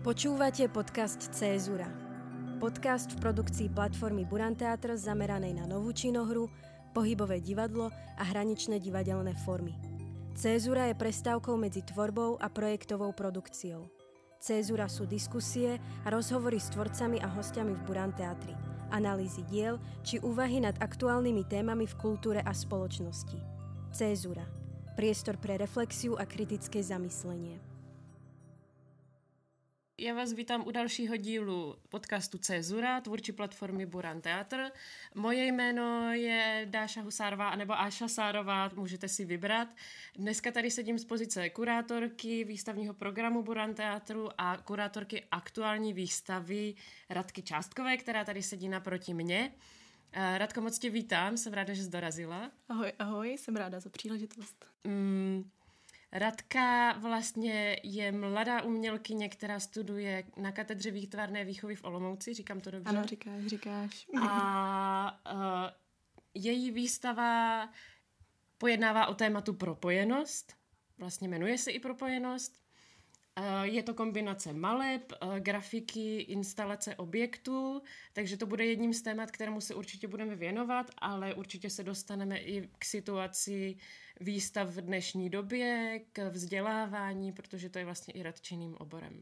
Počúvate podcast Cézura. Podcast v produkcii platformy Buranteatr zameranej na novú činohru, pohybové divadlo a hraničné divadelné formy. Cézura je prestávkou medzi tvorbou a projektovou produkciou. Cézura sú diskusie a rozhovory s tvorcami a hostiami v Buranteatri, analýzy diel či úvahy nad aktuálnymi témami v kultúre a spoločnosti. Cézura. Priestor pre reflexiu a kritické zamyslenie. Já vás vítám u dalšího dílu podcastu Cézura, tvůrčí platformy Buranteatr. Moje jméno je Dáša Husárová anebo Áša Sárová, můžete si vybrat. Dneska tady sedím z pozice kurátorky výstavního programu Buranteatru a kurátorky aktuální výstavy Radky Částkové, která tady sedí naproti mně. Radko, moc tě vítám, jsem ráda, že jsi dorazila. Ahoj, ahoj, jsem ráda za příležitost. Radka vlastně je mladá umělkyně, která studuje na katedře výtvarné výchovy v Olomouci, říkám to dobře? Ano, říkáš. A její výstava pojednává o tématu propojenost, vlastně jmenuje se i propojenost. Je to kombinace maleb, grafiky, instalace objektů, takže to bude jedním z témat, kterému se určitě budeme věnovat, ale určitě se dostaneme i k situaci výstav v dnešní době, k vzdělávání, protože to je vlastně i radčiným oborem.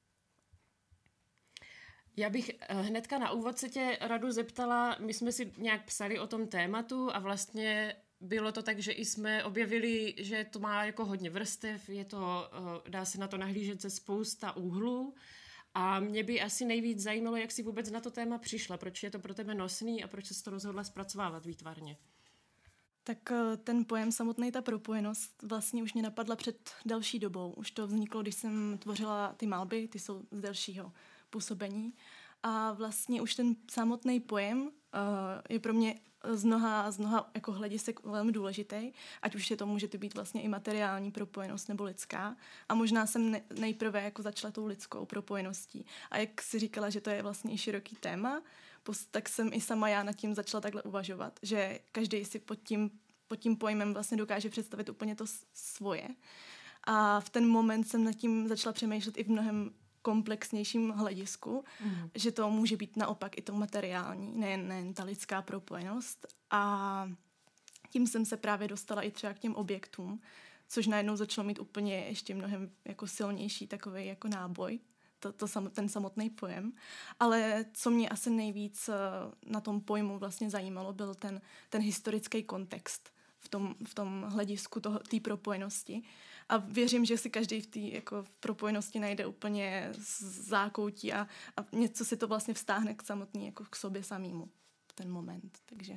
Já bych hnedka na úvod se tě, Radu, zeptala, my jsme si nějak psali o tom tématu a vlastně bylo to tak, že i jsme objevili, že to má jako hodně vrstev, je to, dá se na to nahlížet ze spousta úhlů a mě by asi nejvíc zajímalo, jak jsi vůbec na to téma přišla, proč je to pro tebe nosný a proč jsi to rozhodla zpracovávat výtvarně. Tak ten pojem samotný, ta propojenost vlastně už mě napadla před delší dobou. Už to vzniklo, když jsem tvořila ty malby, ty jsou z delšího působení a vlastně už ten samotný pojem je pro mě z mnoha jako hledisek velmi důležitý, ať už může to být vlastně i materiální propojenost nebo lidská. A možná jsem nejprve jako začala tou lidskou propojeností. A jak si říkala, že to je vlastně i široký téma, tak jsem i sama já nad tím začala takhle uvažovat, že každý si pod tím pojmem vlastně dokáže představit úplně to svoje. A v ten moment jsem nad tím začala přemýšlet i v mnohem komplexnějším hledisku, že to může být naopak i to materiální, nejen ta lidská propojenost. A tím jsem se právě dostala i třeba k těm objektům, což najednou začalo mít úplně ještě mnohem jako silnější takový jako náboj, ten samotný pojem. Ale co mě asi nejvíc na tom pojmu vlastně zajímalo, byl ten historický kontext v tom hledisku té propojenosti. A věřím, že si každý v té jako propojenosti najde úplně zákoutí a něco si to vlastně vztáhne k samotný, jako k sobě samýmu v ten moment. Takže.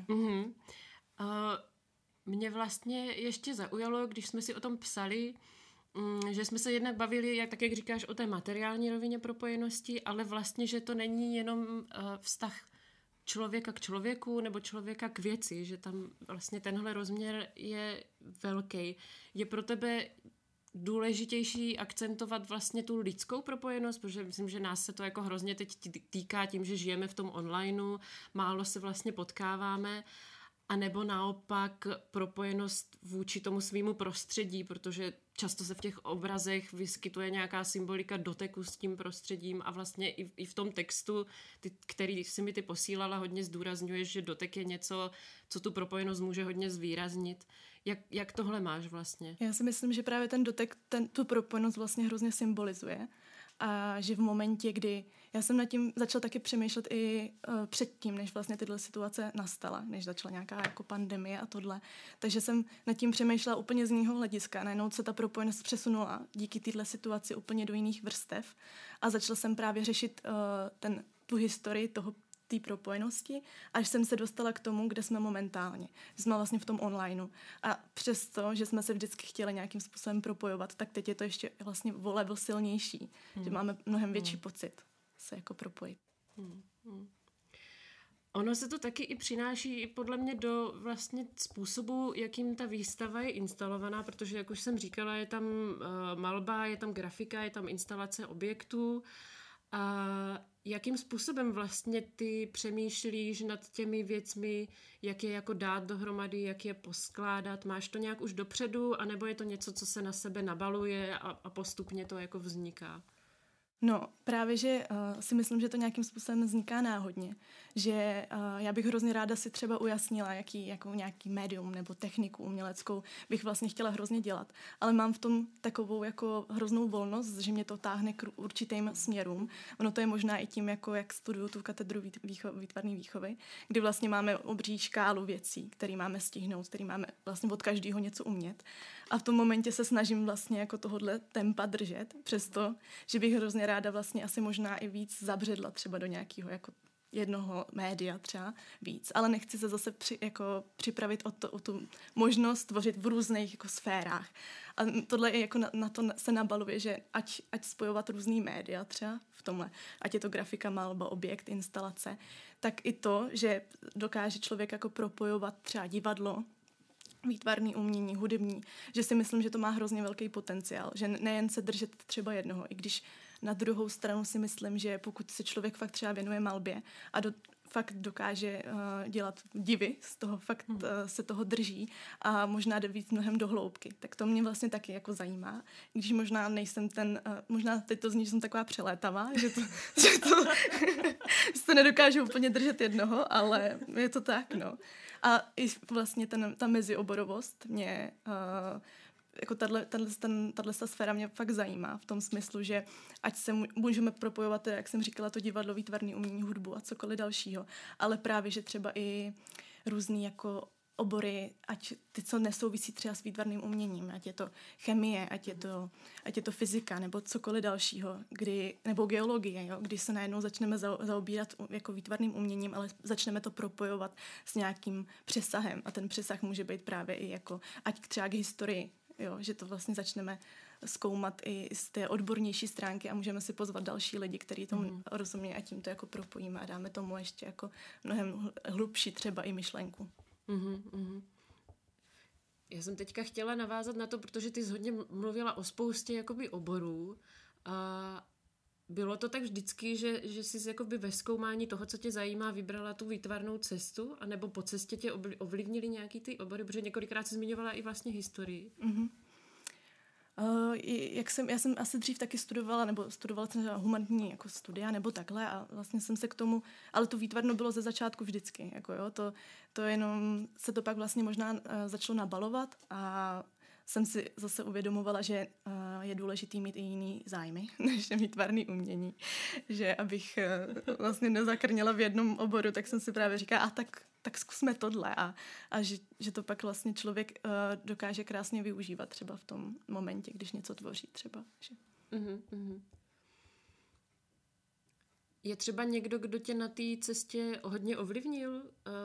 Mě vlastně ještě zaujalo, když jsme si o tom psali, že jsme se jednak bavili, tak jak říkáš, o té materiální rovině propojenosti, ale vlastně, že to není jenom vztah člověka k člověku nebo člověka k věci, že tam vlastně tenhle rozměr je velký. Je pro tebe důležitější akcentovat vlastně tu lidskou propojenost, protože myslím, že nás se to jako hrozně teď týká tím, že žijeme v tom onlineu, málo se vlastně potkáváme, a nebo naopak propojenost vůči tomu svýmu prostředí, protože často se v těch obrazech vyskytuje nějaká symbolika doteku s tím prostředím a vlastně i v tom textu, který si mi ty posílala, hodně zdůrazňuješ, že dotek je něco, co tu propojenost může hodně zvýraznit. Jak tohle máš vlastně? Já si myslím, že právě ten dotek tu propojenost vlastně hrozně symbolizuje. A že v momentě, kdy já jsem nad tím začala taky přemýšlet i předtím, než vlastně tyhle situace nastala, než začala nějaká jako pandemie a tohle. Takže jsem nad tím přemýšlela úplně z jiného hlediska. Najednou se ta propojenost přesunula díky téhle situaci úplně do jiných vrstev a začala jsem právě řešit tu historii té propojenosti, až jsem se dostala k tomu, kde jsme momentálně. Jsme vlastně v tom onlineu. A přesto, že jsme se vždycky chtěli nějakým způsobem propojovat, tak teď je to ještě vlastně o level silnější. Že máme mnohem větší pocit se jako propojit. Ono se to taky i přináší podle mě do vlastně způsobu, jakým ta výstava je instalovaná, protože, jak už jsem říkala, je tam malba, je tam grafika, je tam instalace objektů. A jakým způsobem vlastně ty přemýšlíš nad těmi věcmi, jak je jako dát dohromady, jak je poskládat? Máš to nějak už dopředu, anebo je to něco, co se na sebe nabaluje a postupně to jako vzniká? No, právě, že si myslím, že to nějakým způsobem vzniká náhodně. Že já bych hrozně ráda si třeba ujasnila, jako nějaký médium nebo techniku uměleckou bych vlastně chtěla hrozně dělat. Ale mám v tom takovou jako hroznou volnost, že mě to táhne k určitým směrům. Ono to je možná i tím, jako jak studuju tu katedru výtvarné výchovy, kdy vlastně máme obří škálu věcí, které máme stihnout, které máme vlastně od každého něco umět. A v tom momentě se snažím vlastně jako tohodle tempa držet, přesto, že bych hrozně ráda vlastně asi možná i víc zabředla třeba do nějakého jako jednoho média třeba víc, ale nechci se zase připravit o tu možnost tvořit v různých jako sférách. A tohle je jako na to se nabaluje, že ať spojovat různý média třeba v tomhle, ať je to grafika, malba, objekt, instalace, tak i to, že dokáže člověk jako propojovat třeba divadlo, výtvarný umění, hudební, že si myslím, že to má hrozně velký potenciál, že nejen se držet třeba jednoho, i když na druhou stranu si myslím, že pokud se člověk fakt třeba věnuje malbě a fakt dokáže dělat divy, z toho fakt se toho drží a možná jde víc mnohem do hloubky, tak to mě vlastně taky jako zajímá, když možná nejsem možná teď to zní, že jsem taková přelétavá, že se nedokážu úplně držet jednoho, ale je to tak, no. A i vlastně ta mezioborovost mě jako tato sféra mě fakt zajímá v tom smyslu, že ať se můžeme propojovat, jak jsem říkala, to divadlo, výtvarné umění, hudbu a cokoliv dalšího, ale právě, že třeba i různý jako obory, ať ty, co nesouvisí třeba s výtvarným uměním, ať je to chemie, ať je to fyzika nebo cokoliv dalšího, nebo geologie, jo, kdy se najednou začneme zaobírat jako výtvarným uměním, ale začneme to propojovat s nějakým přesahem a ten přesah může být právě i jako, ať třeba k historii, jo, že to vlastně začneme zkoumat i z té odbornější stránky a můžeme si pozvat další lidi, kteří tomu rozumějí a tím to jako propojíme a dáme tomu ještě jako mnohem hlubší třeba i myšlenku. Já jsem teďka chtěla navázat na to, protože ty jsi hodně mluvila o spoustě jakoby oborů a bylo to tak vždycky, že jsi jakoby ve zkoumání toho, co tě zajímá, vybrala tu výtvarnou cestu, anebo po cestě tě ovlivnily nějaký ty obory, protože několikrát jsi zmiňovala i vlastně historii. Já jsem asi dřív taky studovala jsem humanitní jako studia nebo takhle a vlastně jsem se k tomu, ale to výtvarno bylo ze začátku vždycky, jako jo, to jenom se to pak vlastně možná začalo nabalovat a jsem si zase uvědomovala, že je důležitý mít i jiný zájmy, než výtvarný umění, že abych vlastně nezakrněla v jednom oboru, tak jsem si právě říkala, tak zkusme tohle a že to pak vlastně člověk dokáže krásně využívat třeba v tom momentě, když něco tvoří třeba. Že... Je třeba někdo, kdo tě na té cestě hodně ovlivnil?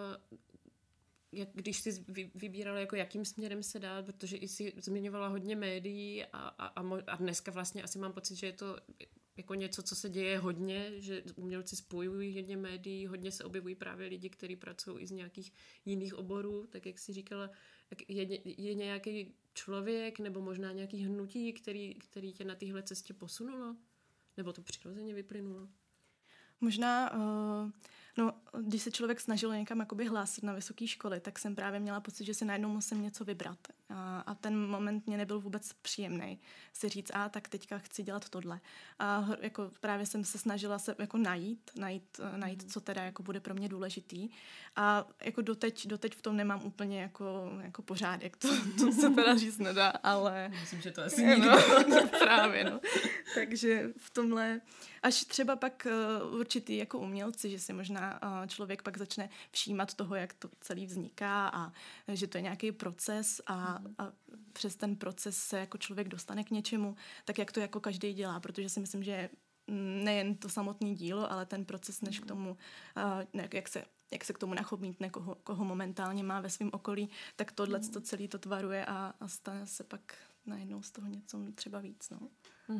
Když jsi vybírala, jako jakým směrem se dát, protože i jsi zmiňovala hodně médií a dneska vlastně asi mám pocit, že je to jako něco, co se děje hodně, že umělci spojují hodně médií, hodně se objevují právě lidi, kteří pracují i z nějakých jiných oborů, tak jak jsi říkala, je nějaký člověk nebo možná nějaký hnutí, který tě na téhle cestě posunulo? Nebo to přirozeně vyplynulo? Možná, když se člověk snažil někam jakoby hlásit na vysoké školy, tak jsem právě měla pocit, že si najednou musím něco vybrat. A ten moment mě nebyl vůbec příjemný si říct, tak teďka chci dělat tohle. A jako právě jsem se snažila se jako najít, co teda jako bude pro mě důležitý. A jako doteď v tom nemám úplně jako pořádek. To se teda říct nedá, ale... Myslím, že to asi nikdo. Právě, no. Takže v tomhle, až třeba pak určitý jako umělci, že si možná člověk pak začne všímat toho, jak to celý vzniká a že to je nějaký proces a přes ten proces se jako člověk dostane k něčemu, tak jak to jako každý dělá, protože si myslím, že nejen to samotné dílo, ale ten proces, než k tomu, jak se k tomu nachopnítne, koho momentálně má ve svém okolí, tak tohle to celé to tvaruje a stane se pak najednou z toho něco třeba víc. No.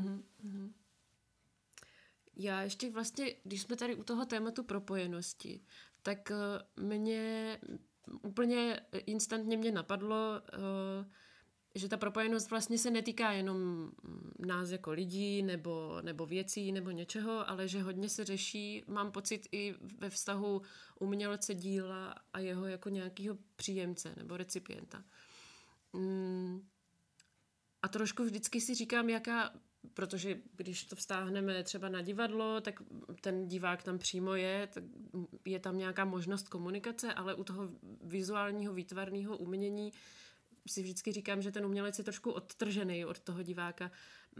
Já ještě vlastně, když jsme tady u toho tématu propojenosti, tak mě úplně instantně mě napadlo, že ta propojenost vlastně se netýká jenom nás jako lidí nebo věcí nebo něčeho, ale že hodně se řeší, mám pocit i ve vztahu umělce díla a jeho jako nějakého příjemce nebo recipienta. A trošku vždycky si říkám, protože když to vztáhneme třeba na divadlo, tak ten divák tam přímo je, tak je tam nějaká možnost komunikace, ale u toho vizuálního výtvarného umění si vždycky říkám, že ten umělec je trošku odtržený od toho diváka.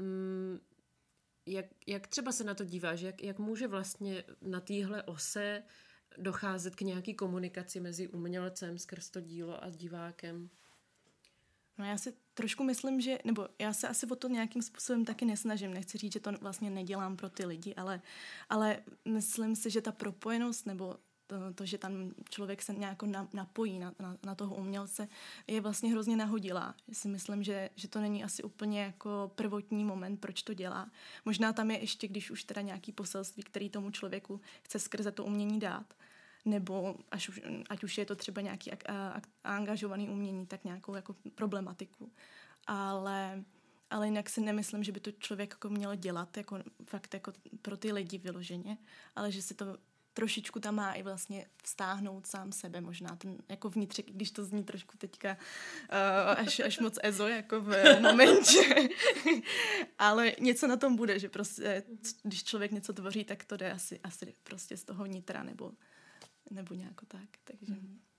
Jak třeba se na to díváš? Jak může vlastně na téhle ose docházet k nějaký komunikaci mezi umělcem skrz to dílo a divákem? No já si trošku myslím, nebo já se asi o to nějakým způsobem taky nesnažím. Nechci říct, že to vlastně nedělám pro ty lidi, ale myslím si, že ta propojenost nebo to, že tam člověk se nějak napojí na toho umělce, je vlastně hrozně nahodilá. Já si myslím, že to není asi úplně jako prvotní moment, proč to dělá. Možná tam je ještě, když už teda nějaký poselství, který tomu člověku chce skrze to umění dát, nebo ať už je to třeba nějaký angažovaný umění, tak nějakou jako problematiku. Ale jinak si nemyslím, že by to člověk jako měl dělat jako fakt jako pro ty lidi vyloženě, ale že si to trošičku tam má i vlastně vztáhnout sám sebe, možná ten jako vnitřek, když to zní trošku teďka až moc ezo, jako v momentě. Ale něco na tom bude, že prostě, když člověk něco tvoří, tak to jde asi prostě z toho nitra, nebo nějak tak. Takže...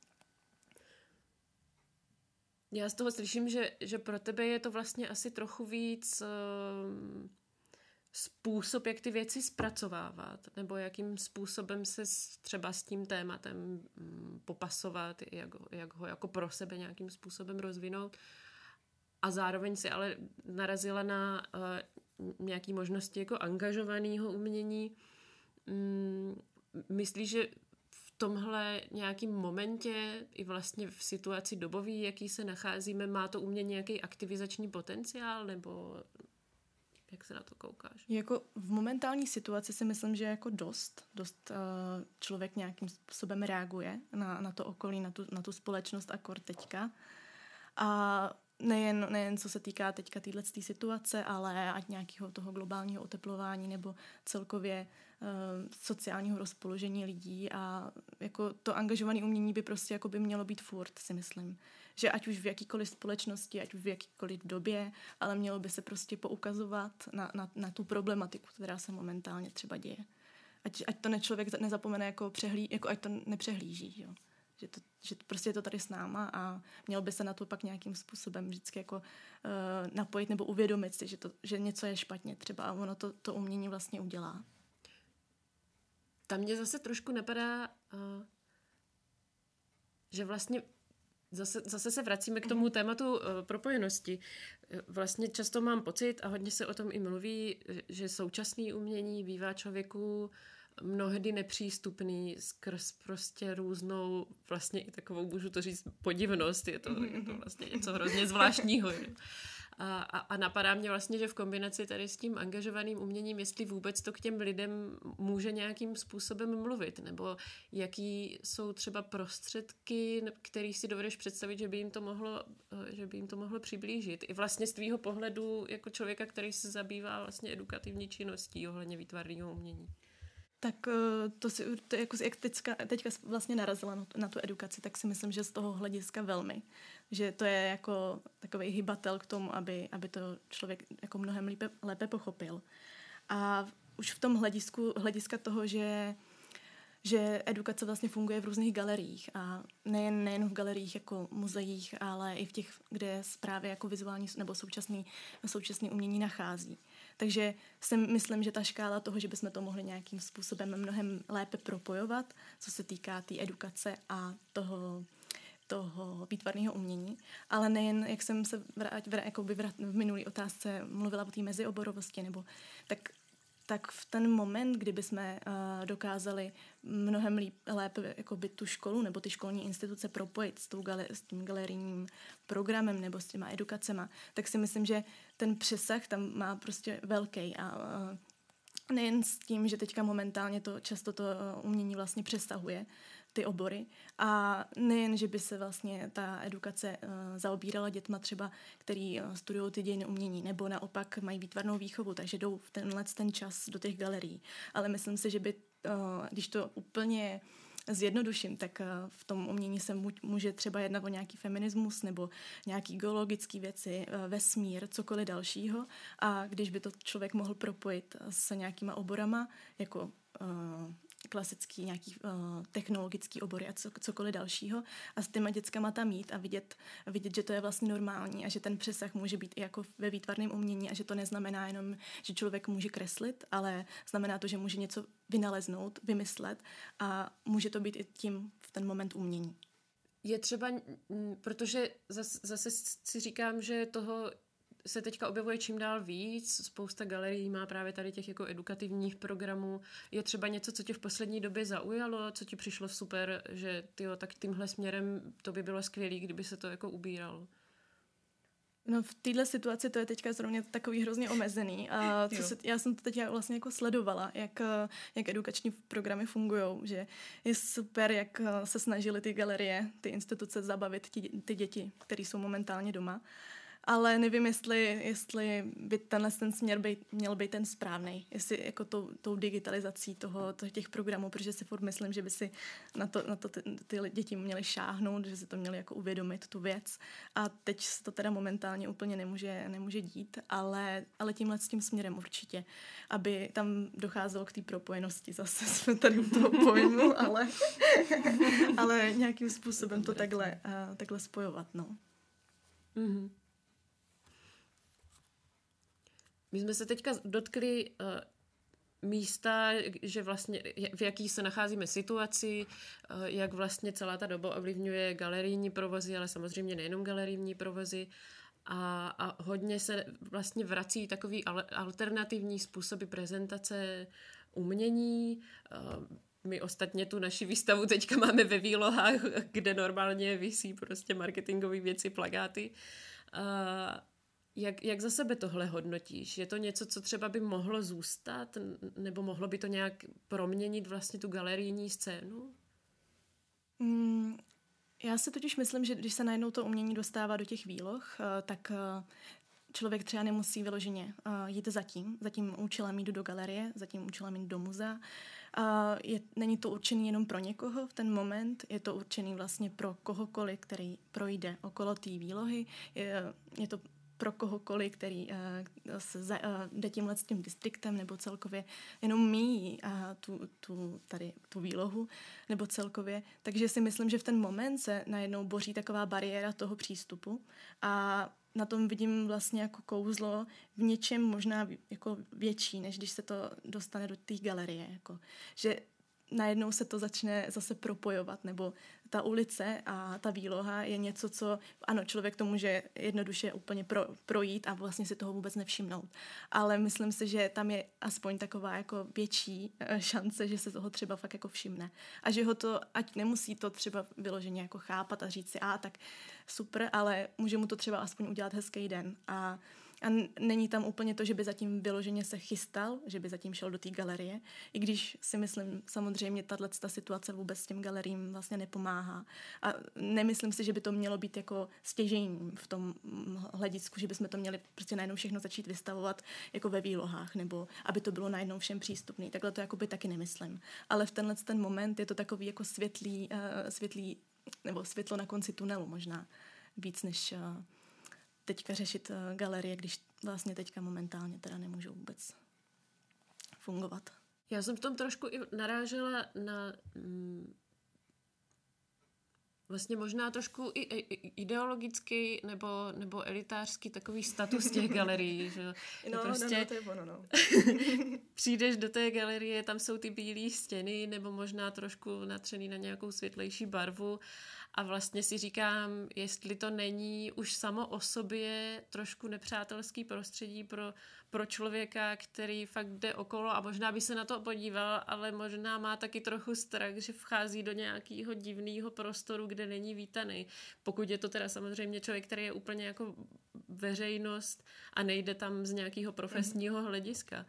Já z toho slyším, že pro tebe je to vlastně asi trochu víc způsob, jak ty věci zpracovávat, nebo jakým způsobem se třeba s tím tématem popasovat, jak ho jako pro sebe nějakým způsobem rozvinout. A zároveň si ale narazila na nějaké možnosti jako angažovaného umění. Myslíš, že v tomhle nějakým momentě i vlastně v situaci dobový, jaký se nacházíme, má to umění nějaký aktivizační potenciál, nebo jak se na to koukáš? Jako v momentální situaci si myslím, že jako dost člověk nějakým způsobem reaguje na to okolí, na tu společnost akor teďka. A nejen co se týká teďka této situace, ale ať nějakého toho globálního oteplování nebo celkově sociálního rozpoložení lidí, a jako to angažované umění by prostě jako by mělo být furt, si myslím. Že ať už v jakýkoliv společnosti, ať už v jakýkoliv době, ale mělo by se prostě poukazovat na tu problematiku, která se momentálně třeba děje. Ať to člověk nezapomene jako ať to nepřehlíží, jo. Že prostě je to tady s náma a měl by se na to pak nějakým způsobem vždycky jako napojit nebo uvědomit si, že něco je špatně třeba a ono to umění vlastně udělá. Tam mě zase trošku napadá, že vlastně zase se vracíme k tomu tématu propojenosti. Vlastně často mám pocit, a hodně se o tom i mluví, že současné umění bývá člověku mnohdy nepřístupný skrz prostě různou, vlastně i takovou, můžu to říct, podivnost. Je to vlastně něco hrozně zvláštního. A napadá mě vlastně, že v kombinaci tady s tím angažovaným uměním, jestli vůbec to k těm lidem může nějakým způsobem mluvit, nebo jaký jsou třeba prostředky, který si dovedeš představit, že by jim to mohlo přiblížit. I vlastně z tvýho pohledu jako člověka, který se zabývá vlastně edukativní činností ohledně výtvarného umění. Tak to jako, jak teďka vlastně narazila na tu edukaci, tak si myslím, že z toho hlediska velmi. Že to je jako takový hybatel k tomu, aby to člověk jako mnohem lépe pochopil. A už v tom hlediska toho, že edukace vlastně funguje v různých galeriích a nejen v galeriích jako muzeích, ale i v těch, kde právě jako vizuální nebo současný umění nachází. Takže si myslím, že ta škála toho, že bychom to mohli nějakým způsobem mnohem lépe propojovat, co se týká té edukace a toho výtvarného umění, ale nejen, jak jsem se v minulý otázce mluvila o té mezioborovosti, nebo tak v ten moment, kdyby jsme dokázali mnohem lépe jakoby tu školu nebo ty školní instituce propojit s tím galerijním programem nebo s těma edukacema, tak si myslím, že ten přesah tam má prostě velký. A nejen s tím, že teďka momentálně často to umění vlastně přesahuje ty obory. A nejen, že by se vlastně ta edukace zaobírala dětma třeba, který studují ty dějiny umění, nebo naopak mají výtvarnou výchovu, takže jdou v ten čas do těch galerií. Ale myslím si, že by, když to úplně zjednoduším, tak v tom umění se může třeba jednat o nějaký feminismus nebo nějaký geologické věci, vesmír, cokoliv dalšího. A když by to člověk mohl propojit s nějakýma oborama, jako klasický nějaký technologický obory a cokoliv dalšího a s těma dětskama tam jít a vidět, že to je vlastně normální a že ten přesah může být i jako ve výtvarném umění a že to neznamená jenom, že člověk může kreslit, ale znamená to, že může něco vynaleznout, vymyslet a může to být i tím v ten moment umění. Je třeba, protože zase si říkám, že toho se teďka objevuje čím dál víc, spousta galerií má právě tady těch jako edukativních programů. Je třeba něco, co tě v poslední době zaujalo, co ti přišlo super, že tyjo, tak tímhle směrem to by bylo skvělý, kdyby se to jako ubíralo? No v této situaci to je teďka zrovna takový hrozně omezený. A já jsem to teď vlastně jako sledovala, jak edukační programy fungujou, že je super, jak se snažily ty galerie, ty instituce zabavit ty děti, které jsou momentálně doma. Ale nevím, jestli by ten směr měl být ten správnej, jestli jako tou digitalizací těch programů, protože si furt myslím, že by si na to ty děti měly šáhnout, že si to měli jako uvědomit, tu věc. A teď se to teda momentálně úplně nemůže dít, ale tímhle s tím směrem určitě, aby tam docházelo k té propojenosti. Zase jsme tady u toho pojmu, ale nějakým způsobem to takhle spojovat, no. Mm-hmm. My jsme se teďka dotkli místa, že vlastně v jaký se nacházíme situaci, jak vlastně celá ta doba ovlivňuje galerijní provozy, ale samozřejmě nejenom galerijní provozy a hodně se vlastně vrací takový alternativní způsoby prezentace umění. My ostatně tu naši výstavu teďka máme ve výlohách, kde normálně visí prostě marketingové věci, plakáty. Jak za sebe tohle hodnotíš? Je to něco, co třeba by mohlo zůstat? Nebo mohlo by to nějak proměnit vlastně tu galerijní scénu? Já si totiž myslím, že když se najednou to umění dostává do těch výloh, tak člověk třeba nemusí vyloženě jít za tím účelem jít do galerie, za tím účelem jít do muzea. Není to určený jenom pro někoho v ten moment, je to určený vlastně pro kohokoliv, který projde okolo té výlohy. Je to pro kohokoliv, který jde tímhle s tím distriktem nebo celkově jenom míjí tu výlohu nebo celkově. Takže si myslím, že v ten moment se najednou boří taková bariéra toho přístupu a na tom vidím vlastně jako kouzlo v něčem možná jako větší, než když se to dostane do té galerie. Jako. Že najednou se to začne zase propojovat, nebo ta ulice a ta výloha je něco, co, ano, člověk to může jednoduše úplně projít a vlastně si toho vůbec nevšimnout. Ale myslím si, že tam je aspoň taková jako větší šance, že se toho třeba fakt jako všimne. A že ho to, ať nemusí to třeba vyloženě jako chápat a říct si, tak super, ale může mu to třeba aspoň udělat hezký den. A není tam úplně to, že by zatím vyloženě se chystal, že by zatím šel do té galerie, i když si myslím, samozřejmě tato situace vůbec s těm galeriím vlastně nepomáhá. A nemyslím si, že by to mělo být jako stěžejním v tom hledisku, že bychom to měli prostě najednou všechno začít vystavovat jako ve výlohách, nebo aby to bylo najednou všem přístupný. Takhle to jakoby taky nemyslím. Ale v ten moment je to takový jako světlý nebo světlo na konci tunelu možná víc než teďka řešit galerie, když vlastně teďka momentálně teda nemůžou vůbec fungovat. Já jsem v tom trošku i narážela na vlastně možná trošku i ideologický nebo elitářský takový status těch galerií. Že? Prostě to je ono, no. Přijdeš do té galerie, tam jsou ty bílé stěny nebo možná trošku natřený na nějakou světlejší barvu a vlastně si říkám, jestli to není už samo o sobě trošku nepřátelský prostředí pro člověka, který fakt jde okolo a možná by se na to podíval, ale možná má taky trochu strach, že vchází do nějakého divného prostoru, kde není vítaný. Pokud je to teda samozřejmě člověk, který je úplně jako veřejnost a nejde tam z nějakého profesního hlediska.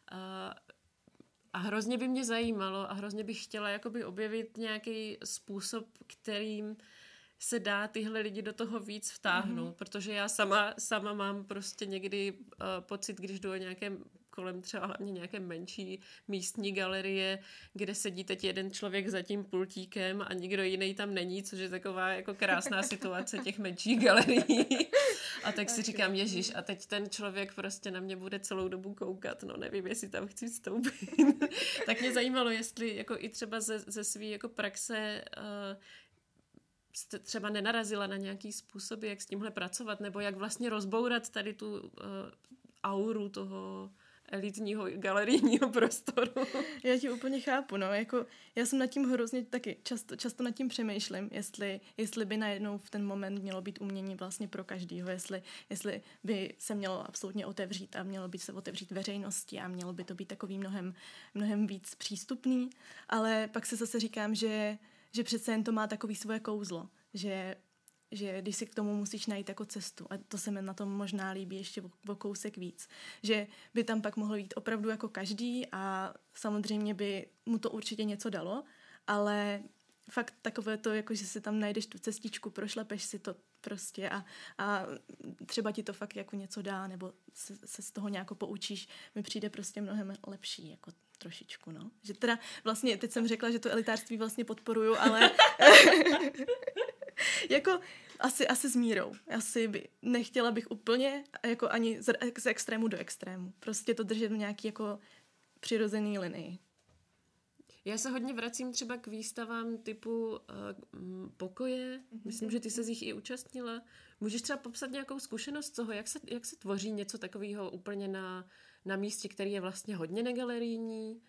A hrozně by mě zajímalo a hrozně bych chtěla jakoby objevit nějaký způsob, kterým se dá tyhle lidi do toho víc vtáhnout, protože já sama mám prostě někdy pocit, když jdu o nějakém kolem třeba hlavně nějaké menší místní galerie, kde sedí teď jeden člověk za tím pultíkem a nikdo jiný tam není, což je taková jako krásná situace těch menších galerií. A tak si říkám, ježiš, a teď ten člověk prostě na mě bude celou dobu koukat, no nevím, jestli tam chci vstoupit. Tak mě zajímalo, jestli jako i třeba ze své jako praxe jste třeba nenarazila na nějaký způsoby, jak s tímhle pracovat, nebo jak vlastně rozbourat tady tu auru toho elitního galerijního prostoru. Já ti úplně chápu, no, jako já jsem nad tím hrozně taky často nad tím přemýšlím, jestli by najednou v ten moment mělo být umění vlastně pro každýho, jestli by se mělo absolutně otevřít a mělo by se otevřít veřejnosti a mělo by to být takový mnohem víc přístupný, ale pak se zase říkám, že přece jen to má takový svoje kouzlo, že když si k tomu musíš najít jako cestu, a to se mi na tom možná líbí ještě o kousek víc, že by tam pak mohlo jít opravdu jako každý a samozřejmě by mu to určitě něco dalo, ale fakt takové to, jako že si tam najdeš tu cestičku, prošlepeš si to prostě a třeba ti to fakt jako něco dá, nebo se z toho nějak poučíš, mi přijde prostě mnohem lepší, jako trošičku, no. Že teda vlastně, teď jsem řekla, že to elitářství vlastně podporuju, ale jako asi s mírou. Nechtěla bych úplně jako ani z extrému do extrému. Prostě to držet v nějaký jako přirozený linii. Já se hodně vracím třeba k výstavám typu pokoje. Myslím, že ty se z nich i účastnila. Můžeš třeba popsat nějakou zkušenost z toho, jak se tvoří něco takového úplně na místě, který je vlastně hodně negalerijní?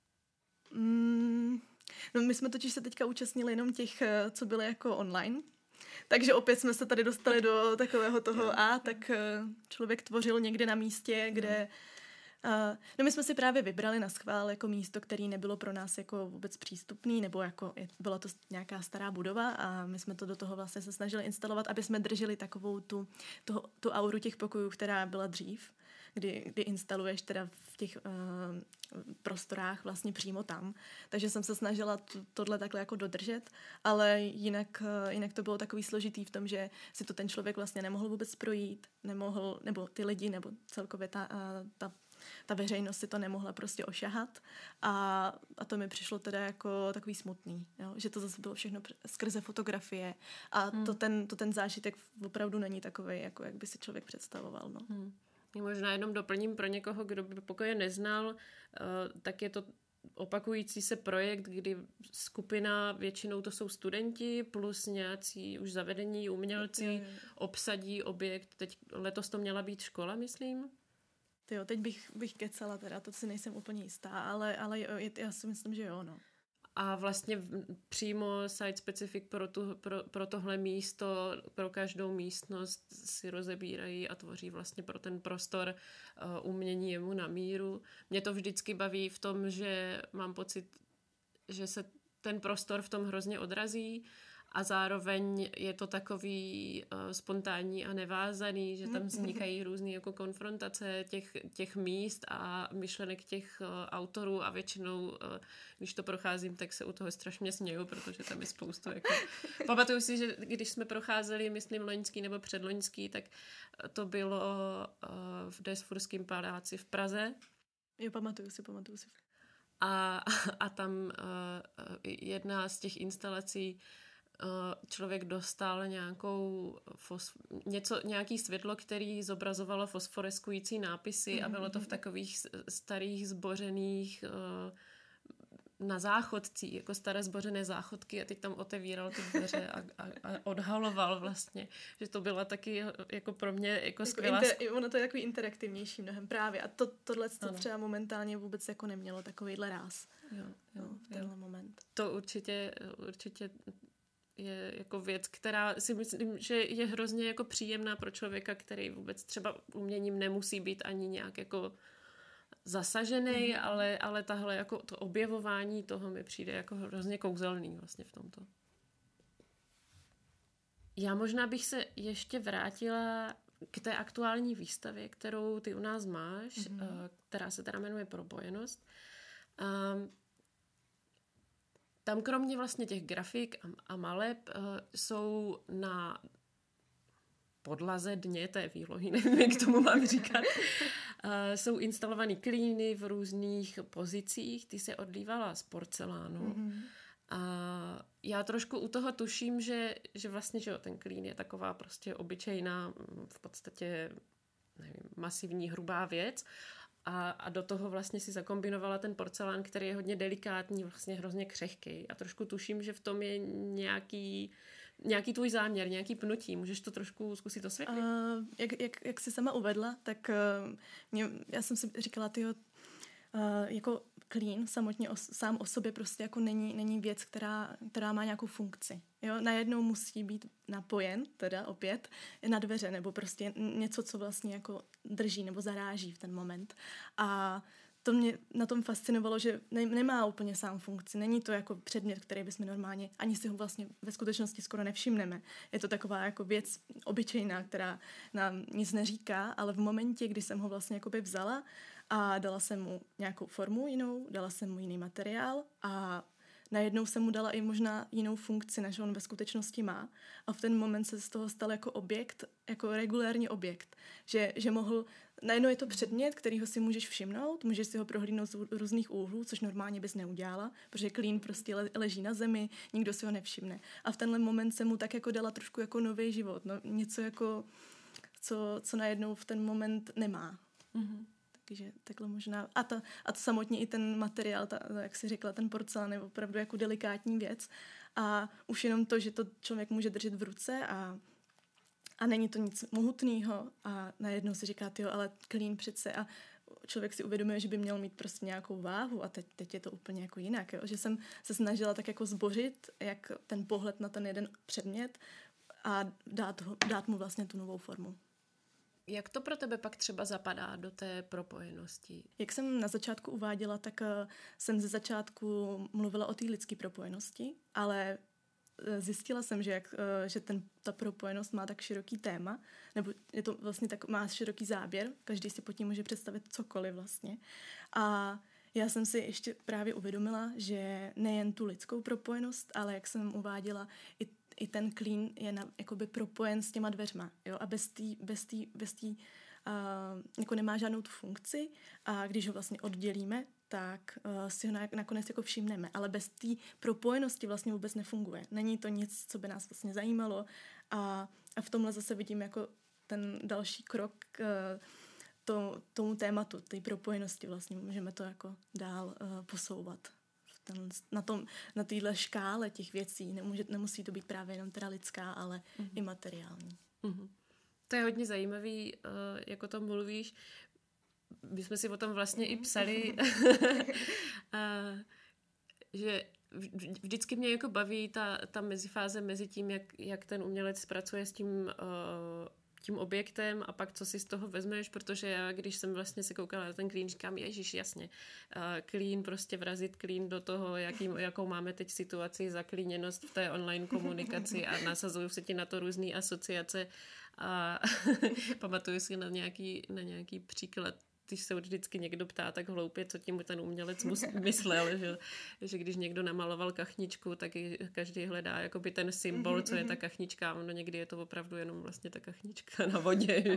No my jsme totiž se teďka účastnili jenom těch, co byly jako online. Takže opět jsme se tady dostali do takového toho tak člověk tvořil někde na místě, kde no my jsme si právě vybrali na schvál jako místo, které nebylo pro nás jako vůbec přístupný, nebo jako byla to nějaká stará budova a my jsme to do toho vlastně se snažili instalovat, aby jsme drželi takovou tu auru těch pokojů, která byla dřív, kdy instaluješ teda v těch prostorách vlastně přímo tam. Takže jsem se snažila tohle takhle jako dodržet, ale jinak to bylo takový složitý v tom, že si to ten člověk vlastně nemohl vůbec projít, nebo ty lidi, nebo celkově ta veřejnost si to nemohla prostě ošahat a to mi přišlo teda jako takový smutný, jo? Že to zase bylo všechno skrze fotografie a to ten zážitek opravdu není takovej, jako jak by si člověk představoval, no. Možná jenom doplním pro někoho, kdo by pokoje neznal, tak je to opakující se projekt, kdy skupina, většinou to jsou studenti, plus nějací už zavedení umělci, obsadí objekt. Teď letos to měla být škola, myslím. Jo, teď bych kecala teda, to si nejsem úplně jistá, ale já si myslím, že jo, no. A vlastně přímo site specific pro tohle místo, pro každou místnost si rozebírají a tvoří vlastně pro ten prostor umění jemu na míru. Mě to vždycky baví v tom, že mám pocit, že se ten prostor v tom hrozně odrazí a zároveň je to takový spontánní a nevázaný, že tam vznikají různé jako konfrontace těch míst a myšlenek těch autorů a většinou, když to procházím, tak se u toho strašně směju, protože tam je spoustu jako... Pamatuju si, že když jsme procházeli, myslím, loňský nebo předloňský, tak to bylo v Desfurském paláci v Praze. Jo, pamatuju si. A tam jedna z těch instalací člověk dostal nějaký světlo, který zobrazovalo fosforeskující nápisy a bylo to v takových starých zbořených na záchodcích, jako staré zbořené záchodky a teď tam otevíral ty dveře a odhaloval vlastně, že to byla taky jako pro mě jako skvělá... Ono to je takový interaktivnější mnohem právě a tohle třeba momentálně vůbec jako nemělo takovýhle ráz. Jo, tenhle moment. To určitě je jako věc, která si myslím, že je hrozně jako příjemná pro člověka, který vůbec třeba uměním nemusí být ani nějak jako zasažený, ale tahle jako to objevování toho mi přijde jako hrozně kouzelný vlastně v tomto. Já možná bych se ještě vrátila k té aktuální výstavě, kterou ty u nás máš, která se teda jmenuje Propojenost. Tam kromě vlastně těch grafik a maleb jsou podlaze dně té výlohy, nevím, jak tomu mám říkat, jsou instalovaný klíny v různých pozicích. Ty se odlívala z porcelánu. A já trošku u toho tuším, že vlastně, že ten klín je taková prostě obyčejná, v podstatě nevím, masivní, hrubá věc. A do toho vlastně si zakombinovala ten porcelán, který je hodně delikátní, vlastně hrozně křehký. A trošku tuším, že v tom je nějaký tvůj záměr, nějaký pnutí. Můžeš to trošku zkusit osvětlit? Jak jsi sama uvedla, tak já jsem si říkala, jako klín samotně sám o sobě prostě jako není věc, která má nějakou funkci. Jo? Najednou musí být napojen, teda opět, na dveře, nebo prostě něco, co vlastně jako drží nebo zaráží v ten moment. A to mě na tom fascinovalo, že nemá úplně sám funkci. Není to jako předmět, který bychom normálně, ani si ho vlastně ve skutečnosti skoro nevšimneme. Je to taková jako věc obyčejná, která nám nic neříká, ale v momentě, kdy jsem ho vlastně jakoby vzala a dala jsem mu nějakou formu jinou, dala jsem mu jiný materiál a najednou jsem mu dala i možná jinou funkci, než on ve skutečnosti má. A v ten moment se z toho stal jako objekt, jako regulérní objekt. Že mohl, najednou je to předmět, kterýho si můžeš všimnout, můžeš si ho prohlídnout z různých úhlů, což normálně bys neudělala, protože klín prostě leží na zemi, nikdo si ho nevšimne. A v tenhle moment jsem mu tak jako dala trošku jako nový život, no, něco jako, co najednou v ten moment nemá. Mm-hmm. Takže takhle možná. A to samotně i ten materiál, jak jsi řekla, ten porcelán je opravdu jako delikátní věc. A už jenom to, že to člověk může držet v ruce a není to nic mohutného a najednou si říká, ale klín přece a člověk si uvědomuje, že by měl mít prostě nějakou váhu a teď je to úplně jako jinak. Jo? Že jsem se snažila tak jako zbořit, jak ten pohled na ten jeden předmět a dát mu vlastně tu novou formu. Jak to pro tebe pak třeba zapadá do té propojenosti? Jak jsem na začátku uváděla, tak jsem ze začátku mluvila o té lidské propojenosti, ale zjistila jsem, že ta propojenost má tak široký téma, nebo je to vlastně tak, má široký záběr, každý si pod tím může představit cokoliv vlastně. A já jsem si ještě právě uvědomila, že nejen tu lidskou propojenost, ale jak jsem uváděla, i ten klín je jakoby propojen s těma dveřma, jo? A bez té jako nemá žádnou tu funkci a když ho vlastně oddělíme, tak si ho nakonec jako všimneme, ale bez té propojenosti vlastně vůbec nefunguje. Není to nic, co by nás vlastně zajímalo a v tomhle zase vidím jako ten další krok tomu tématu, té propojenosti vlastně. Můžeme to jako dál posouvat. Na téhle škále těch věcí. Nemusí to být právě jenom teda lidská, ale i materiální. Mm-hmm. To je hodně zajímavý, jak o tom mluvíš. My jsme si o tom vlastně i psali, že vždycky mě jako baví ta mezifáze mezi tím, jak ten umělec pracuje s tím objektem a pak co si z toho vezmeš, protože já, když jsem vlastně se koukala na ten klín, říkám, ježiš, jasně, klín, prostě vrazit klín do toho, jakou máme teď situaci, zaklíněnost v té online komunikaci a nasazují se ti na to různý asociace a pamatuju si na nějaký příklad, když se vždycky někdo ptá tak hloupě, co tím ten umělec myslel, že když někdo namaloval kachničku, tak každý hledá jakoby ten symbol, co je ta kachnička, no někdy je to opravdu jenom vlastně ta kachnička na vodě.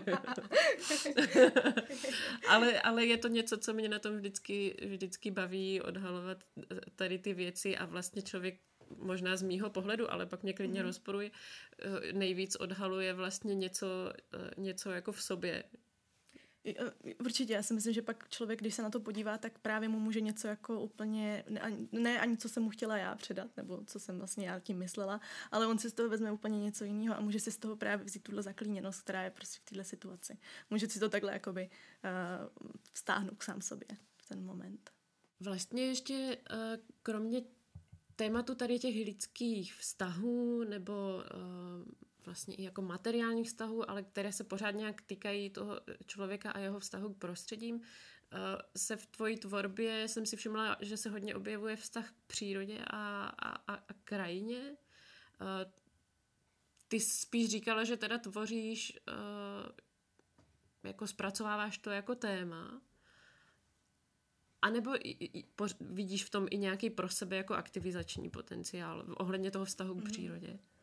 ale je to něco, co mě na tom vždycky baví odhalovat tady ty věci a vlastně člověk možná z mýho pohledu, ale pak mě klidně rozporuje, nejvíc odhaluje vlastně něco jako v sobě. Určitě, já si myslím, že pak člověk, když se na to podívá, tak právě mu může něco jako úplně, ne ani co jsem mu chtěla já předat, nebo co jsem vlastně já tím myslela, ale on si z toho vezme úplně něco jiného a může si z toho právě vzít tuhle zaklíněnost, která je prostě v této situaci. Může si to takhle jakoby vztáhnout k sám sobě v ten moment. Vlastně ještě kromě tématu tady těch lidských vztahů nebo vlastně i jako materiálních vztahů, ale které se pořád nějak týkají toho člověka a jeho vztahu k prostředím, se v tvojí tvorbě jsem si všimla, že se hodně objevuje vztah k přírodě a krajině. Ty spíš říkala, že teda tvoříš, jako zpracováváš to jako téma, anebo vidíš v tom i nějaký pro sebe jako aktivizační potenciál ohledně toho vztahu k přírodě?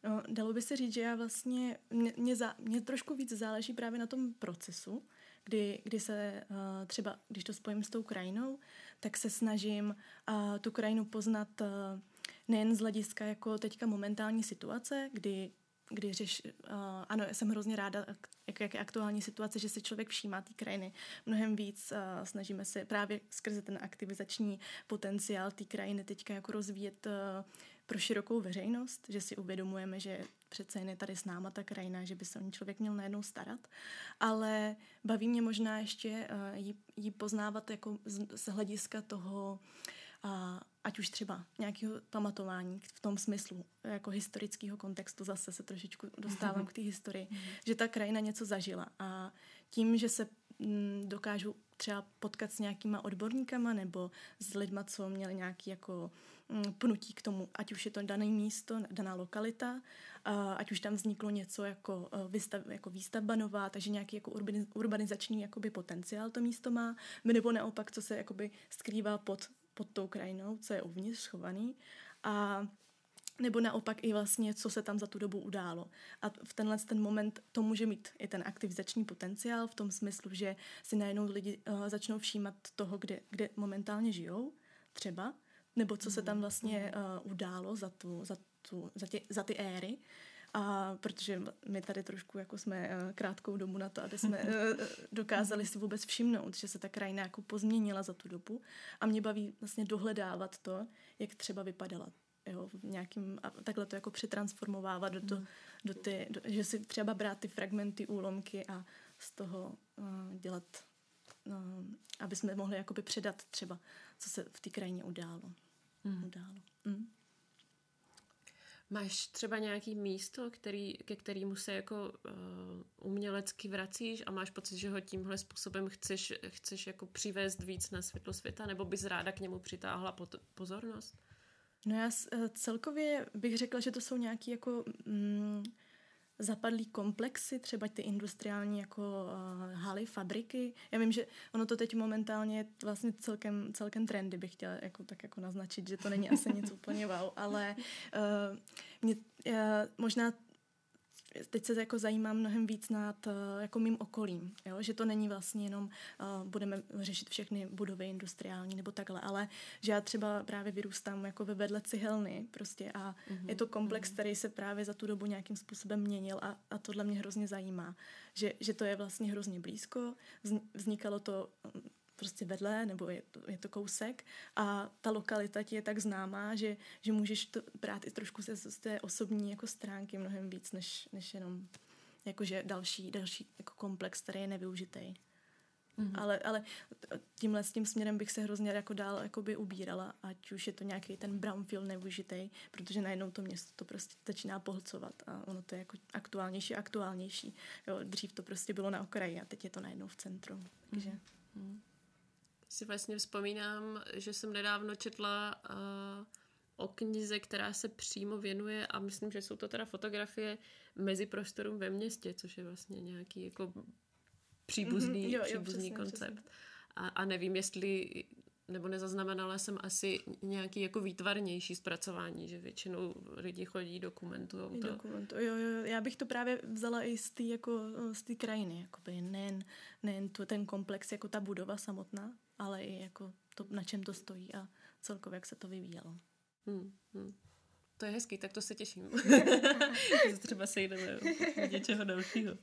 No, dalo by se říct, že já vlastně, mě trošku víc záleží právě na tom procesu, kdy se třeba, když to spojím s tou krajinou, tak se snažím tu krajinu poznat nejen z hlediska jako teďka momentální situace, kdy ano, jsem hrozně ráda, jak je aktuální situace, že si člověk všímá té krajiny mnohem víc. Snažíme se právě skrze ten aktivizační potenciál té krajiny teďka jako rozvíjet pro širokou veřejnost, že si uvědomujeme, že přece jen je tady s náma ta krajina, že by se o ní člověk měl najednou starat. Ale baví mě možná ještě jí poznávat jako z hlediska toho, ať už třeba nějakého pamatování v tom smyslu, jako historického kontextu, zase se trošičku dostávám k té historii, že ta krajina něco zažila a tím, že se dokážu třeba potkat s nějakýma odborníkama nebo s lidma, co měli nějaký jako pnutí k tomu, ať už je to dané místo, daná lokalita, ať už tam vzniklo něco jako výstavba nová, takže nějaký jako urbanizační jakoby potenciál to místo má, nebo naopak, co se jakoby skrývá pod tou krajinou, co je uvnitř schovaný, a nebo naopak i vlastně, co se tam za tu dobu událo. A v ten moment to může mít i ten aktivizační potenciál v tom smyslu, že si najednou lidi začnou všímat toho, kde momentálně žijou, třeba, nebo co se tam vlastně událo za ty éry. A protože my tady trošku jako jsme krátkou dobu na to, aby jsme dokázali si vůbec všimnout, že se ta krajina jako pozměnila za tu dobu. A mě baví vlastně dohledávat to, jak třeba vypadala. Jo, v nějakým, a takhle to jako přetransformovávat že si třeba brát ty fragmenty, úlomky a z toho dělat, aby jsme mohli jakoby předat třeba, co se v té krajině událo. Máš třeba nějaký místo, ke kterému se jako umělecky vracíš a máš pocit, že ho tímhle způsobem chceš jako přivést víc na světlo světa, nebo bys ráda k němu přitáhla pozornost? No já celkově bych řekla, že to jsou nějaký jako zapadlý komplexy, třeba ty industriální jako haly, fabriky. Já vím, že ono to teď momentálně je vlastně celkem trendy, bych chtěla tak jako naznačit, že to není asi nic úplně wow, ale možná teď se jako zajímám mnohem víc nad jako mým okolím, jo? Že to není vlastně jenom budeme řešit všechny budovy industriální nebo takhle, ale že já třeba právě vyrůstám jako ve vedle cihelny prostě a je to komplex, který se právě za tu dobu nějakým způsobem měnil a tohle mě hrozně zajímá, že to je vlastně hrozně blízko, vznikalo to prostě vedle, nebo je to kousek a ta lokalita ti je tak známá, že můžeš to brát i trošku z té osobní jako stránky mnohem víc, než jenom jakože další jako komplex, který je nevyužitý. Ale tímhle s tím směrem bych se hrozně jako dál jakoby ubírala, ať už je to nějaký ten brownfield nevyužitý, protože najednou to město to prostě začíná pohlcovat a ono to je jako aktuálnější. Jo, dřív to prostě bylo na okraji a teď je to najednou v centru. Takže... Si vlastně vzpomínám, že jsem nedávno četla o knize, která se přímo věnuje a myslím, že jsou to teda fotografie mezi prostorům ve městě, což je vlastně nějaký jako příbuzný koncept. Přesně. A nevím, jestli, nebo nezaznamenala jsem asi nějaký jako výtvarnější zpracování, že většinou lidi chodí, dokumentujou to. Jo, já bych to právě vzala i z té krajiny, jakoby nejen ten komplex, jako ta budova samotná, ale i jako to, na čem to stojí a celkově, jak se to vyvíjelo. To je hezký, tak to se těším. Třeba sejdeme něčeho dalšího.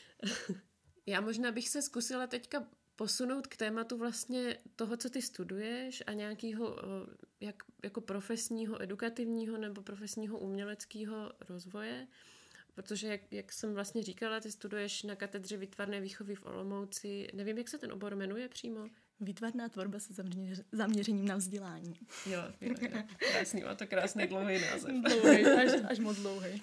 Já možná bych se zkusila teďka posunout k tématu vlastně toho, co ty studuješ a nějakého jako profesního, edukativního nebo profesního uměleckého rozvoje, protože jak jsem vlastně říkala, ty studuješ na katedře výtvarné výchovy v Olomouci. Nevím, jak se ten obor jmenuje přímo. Výtvarná tvorba se zaměřením na vzdělání. Jo. Krásný, má to krásný dlouhý název. Dlouhý, až moc dlouhý.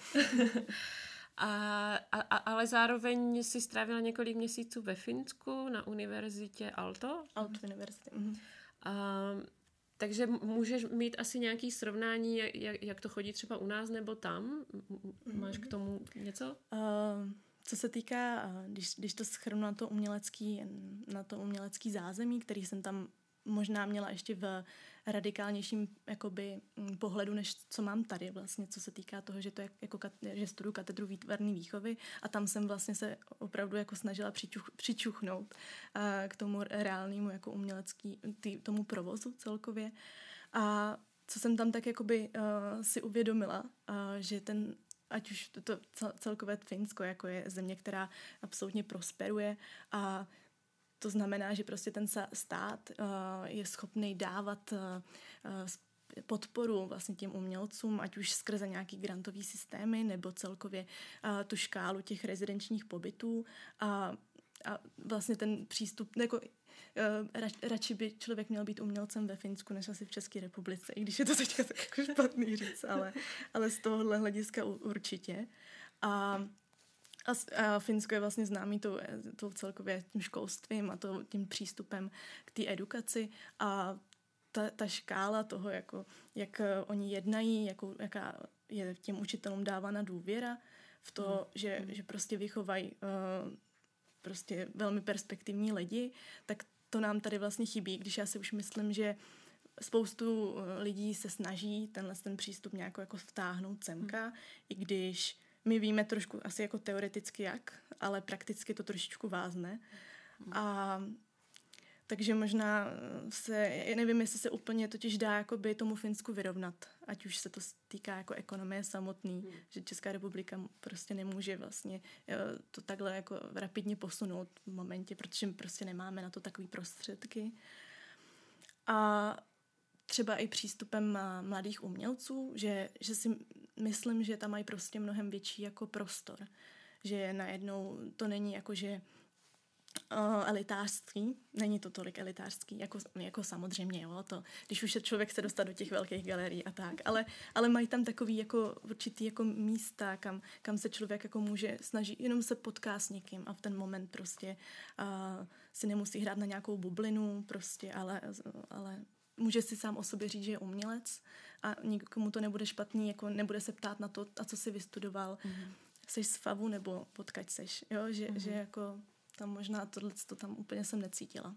Ale zároveň si strávila několik měsíců ve Finsku na univerzitě Aalto. Aalto univerzitě. Takže můžeš mít asi nějaké srovnání, jak to chodí třeba u nás nebo tam? Máš k tomu něco? Co se týká, když to shrnu na to umělecký zázemí, který jsem tam možná měla ještě v radikálnějším jakoby pohledu, než co mám tady vlastně, co se týká toho, že to je jako že studuju katedru výtvarné výchovy a tam jsem vlastně se opravdu jako snažila přičuchnout k tomu reálnému jako tomu provozu celkově. A co jsem tam tak jakoby si uvědomila, že ať už to celkové Finsko jako je země, která absolutně prosperuje a to znamená, že prostě ten stát je schopný dávat podporu vlastně těm umělcům, ať už skrze nějaký grantový systémy nebo celkově tu škálu těch rezidenčních pobytů a vlastně ten přístup, jako radši by člověk měl být umělcem ve Finsku, než asi v České republice, i když je to teďka tak jako špatný říct, ale z tohohle hlediska určitě. A Finsko je vlastně známý tou celkově tím školstvím a tím přístupem k té edukaci a ta škála toho, jako, jak oni jednají, jaká je těm učitelům dávána důvěra v to, že prostě vychovají prostě velmi perspektivní lidi, tak to nám tady vlastně chybí, když já si už myslím, že spoustu lidí se snaží ten přístup nějak jako vtáhnout semka, i když my víme trošku asi jako teoreticky jak, ale prakticky to trošičku vázne. A takže možná nevím, jestli se úplně totiž dá jakoby tomu Finsku vyrovnat, ať už se to týká jako ekonomie samotný, že Česká republika prostě nemůže vlastně to takhle jako rapidně posunout v momentě, protože my prostě nemáme na to takový prostředky. A třeba i přístupem mladých umělců, že si myslím, že tam mají prostě mnohem větší jako prostor. Že najednou to není jako, že elitářský, není to tolik elitářský, jako samozřejmě, jo, to, když už člověk se dostat do těch velkých galerií a tak, ale mají tam takový jako určitý jako místa, kam se člověk jako může snažit, jenom se potká s někým a v ten moment prostě si nemusí hrát na nějakou bublinu prostě, ale může si sám o sobě říct, že je umělec a nikomu to nebude špatný, jako nebude se ptát na to, a co jsi vystudoval, seš z FAVu nebo odkud seš, jo, že jako tam možná tohleto tam úplně jsem necítila.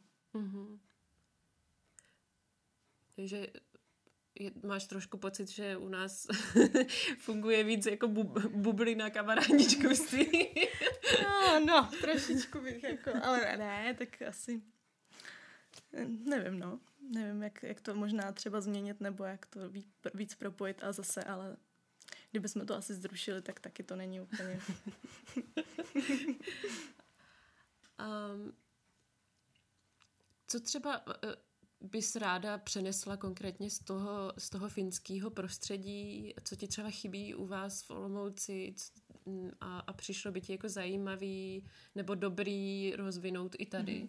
Takže máš trošku pocit, že u nás funguje víc jako bublina kamarádničkovství. No, trošičku bych jako, ale ne, tak asi nevím, nevím, jak to možná třeba změnit, nebo jak to víc propojit a zase, ale kdybychom to asi zrušili, tak taky to není úplně. Co třeba bys ráda přenesla konkrétně z toho finského prostředí, co ti třeba chybí u vás v Olomouci a přišlo by ti jako zajímavý nebo dobrý rozvinout i tady?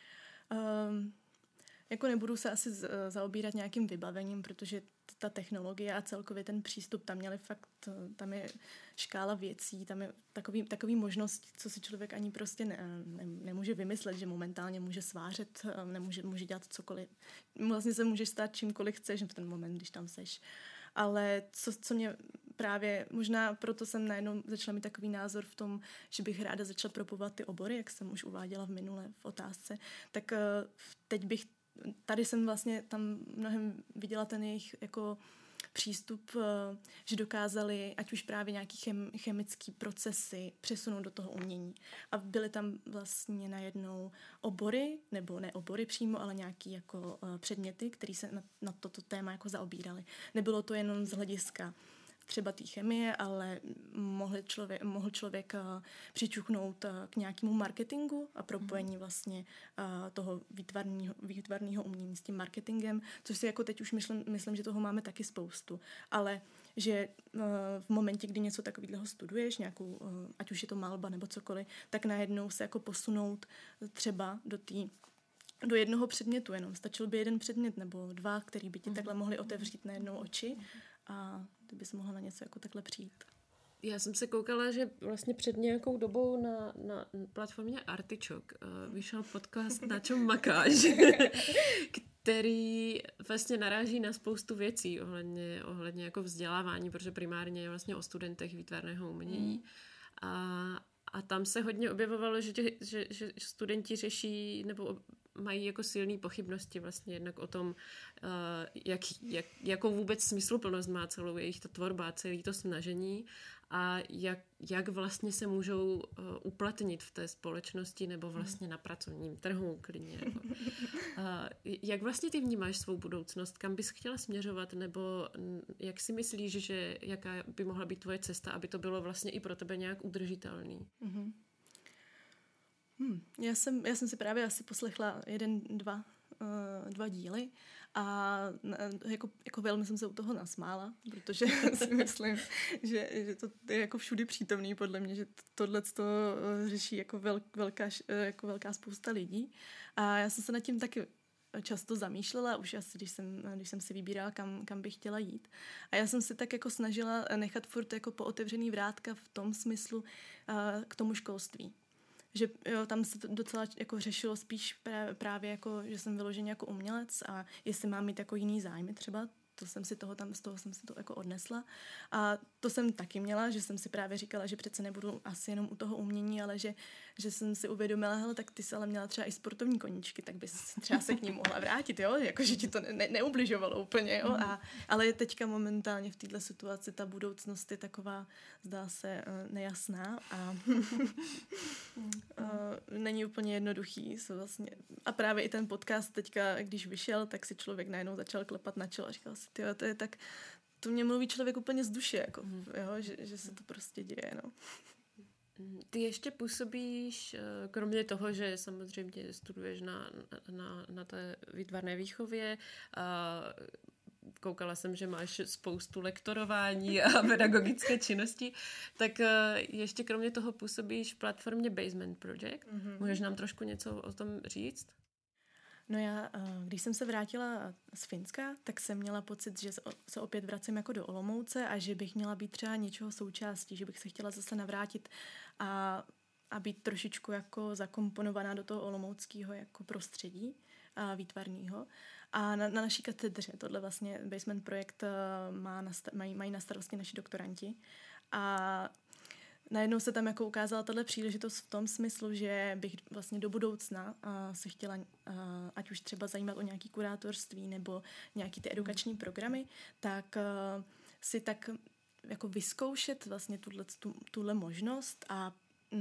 Jako nebudu se asi zaobírat nějakým vybavením, protože ta technologie a celkově ten přístup, tam měli fakt, tam je škála věcí, tam je takový možnost, co si člověk ani prostě nemůže vymyslet, že momentálně může svářet, může dělat cokoliv. Vlastně se můžeš stát čímkoliv chceš v ten moment, když tam seš. Ale co mě právě, možná proto jsem najednou začala mít takový názor v tom, že bych ráda začala propovat ty obory, jak jsem už uváděla v minulé v otázce, tak tady jsem vlastně tam mnohem viděla ten jejich jako přístup, že dokázali ať už právě nějaký chemický procesy přesunout do toho umění. A byly tam vlastně najednou obory, nebo ne obory přímo, ale nějaký jako předměty, které se na toto téma jako zaobíraly. Nebylo to jenom z hlediska třeba té chemie, ale mohl člověk přičuchnout k nějakému marketingu a propojení vlastně toho výtvarného umění s tím marketingem, což si jako teď už myslím, že toho máme taky spoustu, ale že v momentě, kdy něco takového studuješ, nějakou, ať už je to malba nebo cokoliv, tak najednou se jako posunout třeba do jednoho předmětu jenom. Stačil by jeden předmět nebo dva, který by ti takhle mohli otevřít najednou oči a ty bys mohla na něco jako takhle přijít. Já jsem se koukala, že vlastně před nějakou dobou na platformě Artičok vyšel podcast Na čem makáš, který vlastně naráží na spoustu věcí ohledně jako vzdělávání, protože primárně je vlastně o studentech výtvarného umění. A tam se hodně objevovalo, že studenti řeší nebo mají jako silné pochybnosti vlastně jednak o tom, jakou vůbec smysluplnost má celou jejich ta tvorba, celé to snažení a jak vlastně se můžou uplatnit v té společnosti nebo vlastně na pracovním trhu klidně. Jako. Jak vlastně ty vnímáš svou budoucnost? Kam bys chtěla směřovat? Nebo jak si myslíš, že jaká by mohla být tvoje cesta, aby to bylo vlastně i pro tebe nějak udržitelný? Mm-hmm. Já jsem si právě asi poslechla dva díly a jako velmi jsem se u toho nasmála, protože si myslím, že to je jako všudy přítomný podle mě, že tohleto řeší jako velká spousta lidí a já jsem se nad tím taky často zamýšlela, už asi, když jsem si vybírala, kam bych chtěla jít. A já jsem si tak jako snažila nechat furt jako pootevřený vrátka v tom smyslu k tomu školství. Že jo, tam se to docela jako řešilo spíš právě jako, že jsem vyloženě jako umělec a jestli mám mít jako jiný zájmy třeba, z toho jsem si to jako odnesla. A to jsem taky měla, že jsem si právě říkala, že přece nebudu asi jenom u toho umění, ale že jsem si uvědomila, hele, tak ty jsi ale měla třeba i sportovní koníčky, tak bys třeba se k ním mohla vrátit, jo? Jako, že ti to neubližovalo úplně, jo? Ale teďka momentálně v této situaci ta budoucnost je taková, zdá se, nejasná a není úplně jednoduchý. Vlastně. A právě i ten podcast teďka, když vyšel, tak si člověk najednou začal klepat na čelo a říkal si, tyjo, to je tak, to mě mluví člověk úplně z duše, jako, jo? Že se to prostě děje, no. Ty ještě působíš, kromě toho, že samozřejmě studuješ na té výtvarné výchově, koukala jsem, že máš spoustu lektorování a pedagogické činnosti, tak ještě kromě toho působíš v platformě Basement Project. Můžeš nám trošku něco o tom říct? No já, když jsem se vrátila z Finska, tak jsem měla pocit, že se opět vracím jako do Olomouce a že bych měla být třeba něčeho součástí, že bych se chtěla zase navrátit a být trošičku jako zakomponovaná do toho olomouckého jako prostředí výtvarného. A na naší katedře, tohle vlastně Basement Projekt mají na starosti naši doktoranti. A najednou se tam jako ukázala tato příležitost v tom smyslu, že bych vlastně do budoucna se chtěla ať už třeba zajímat o nějaký kurátorství nebo nějaký ty edukační programy, tak si tak jako vyzkoušet vlastně tuhle možnost a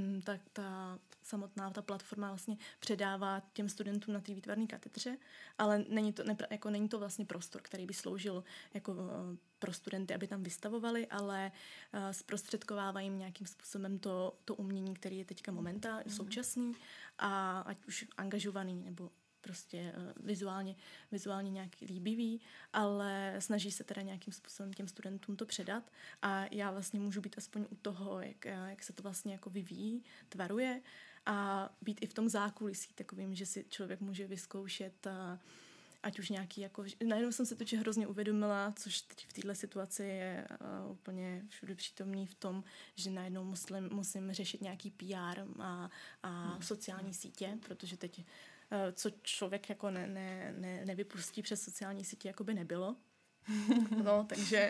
ta samotná ta platforma vlastně předává těm studentům na té výtvarné katedře, ale není to vlastně prostor, který by sloužil jako pro studenty, aby tam vystavovali, ale zprostředkovává jim nějakým způsobem to umění, který je teďka momentálně současný a ať už angažovaný nebo prostě vizuálně nějak líbivý, ale snaží se teda nějakým způsobem těm studentům to předat a já vlastně můžu být aspoň u toho, jak se to vlastně jako vyvíjí, tvaruje a být i v tom zákulisí takovým, že si člověk může vyzkoušet ať už nějaký, jako, najednou jsem se to hrozně uvědomila, což teď v této situaci je úplně všude přítomný v tom, že najednou musím řešit nějaký PR a sociální sítě, protože teď co člověk jako nevypustí přes sociální sítě, jako by nebylo. No,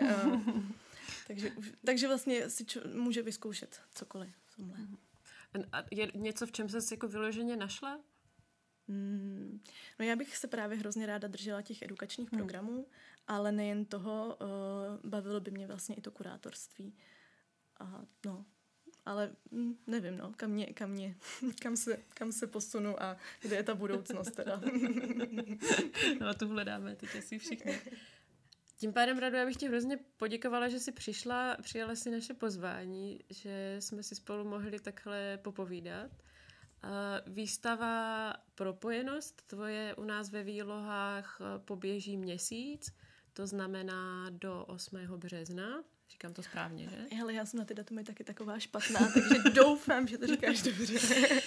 takže vlastně si může vyzkoušet cokoliv v tomhle. A je něco, v čem ses jako vyloženě našla? No já bych se právě hrozně ráda držela těch edukačních programů, ale nejen toho, bavilo by mě vlastně i to kurátorství. Ale nevím, no, kam se posunu a kde je ta budoucnost teda. No, tu hledáme teď asi všichni. Tím pádem, Rado, já bych ti hrozně poděkovala, že jsi přijala si naše pozvání, že jsme si spolu mohli takhle popovídat. Výstava Propojenost tvoje u nás ve Výlohách poběží měsíc, to znamená do 8. března. Říkám to správně, že? Hele, já jsem na ty datumy taky taková špatná, takže doufám, že to říkáš dobře.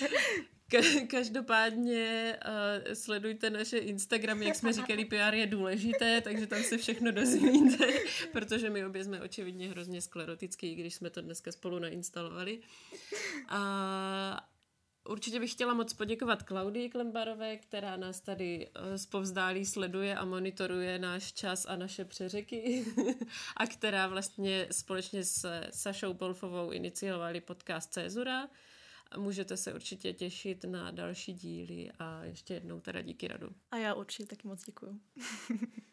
Každopádně sledujte naše Instagramy, jak jsme říkali, PR je důležité, takže tam se všechno dozvíte, protože my obě jsme očividně hrozně sklerotický, když jsme to dneska spolu nainstalovali. Určitě bych chtěla moc poděkovat Klaudii Klembarové, která nás tady zpovzdálí sleduje a monitoruje náš čas a naše přeřeky a která vlastně společně s Sašou Polfovou iniciovali podcast Cézura. můžete se určitě těšit na další díly a ještě jednou teda díky, Radu. A já určitě taky moc děkuju.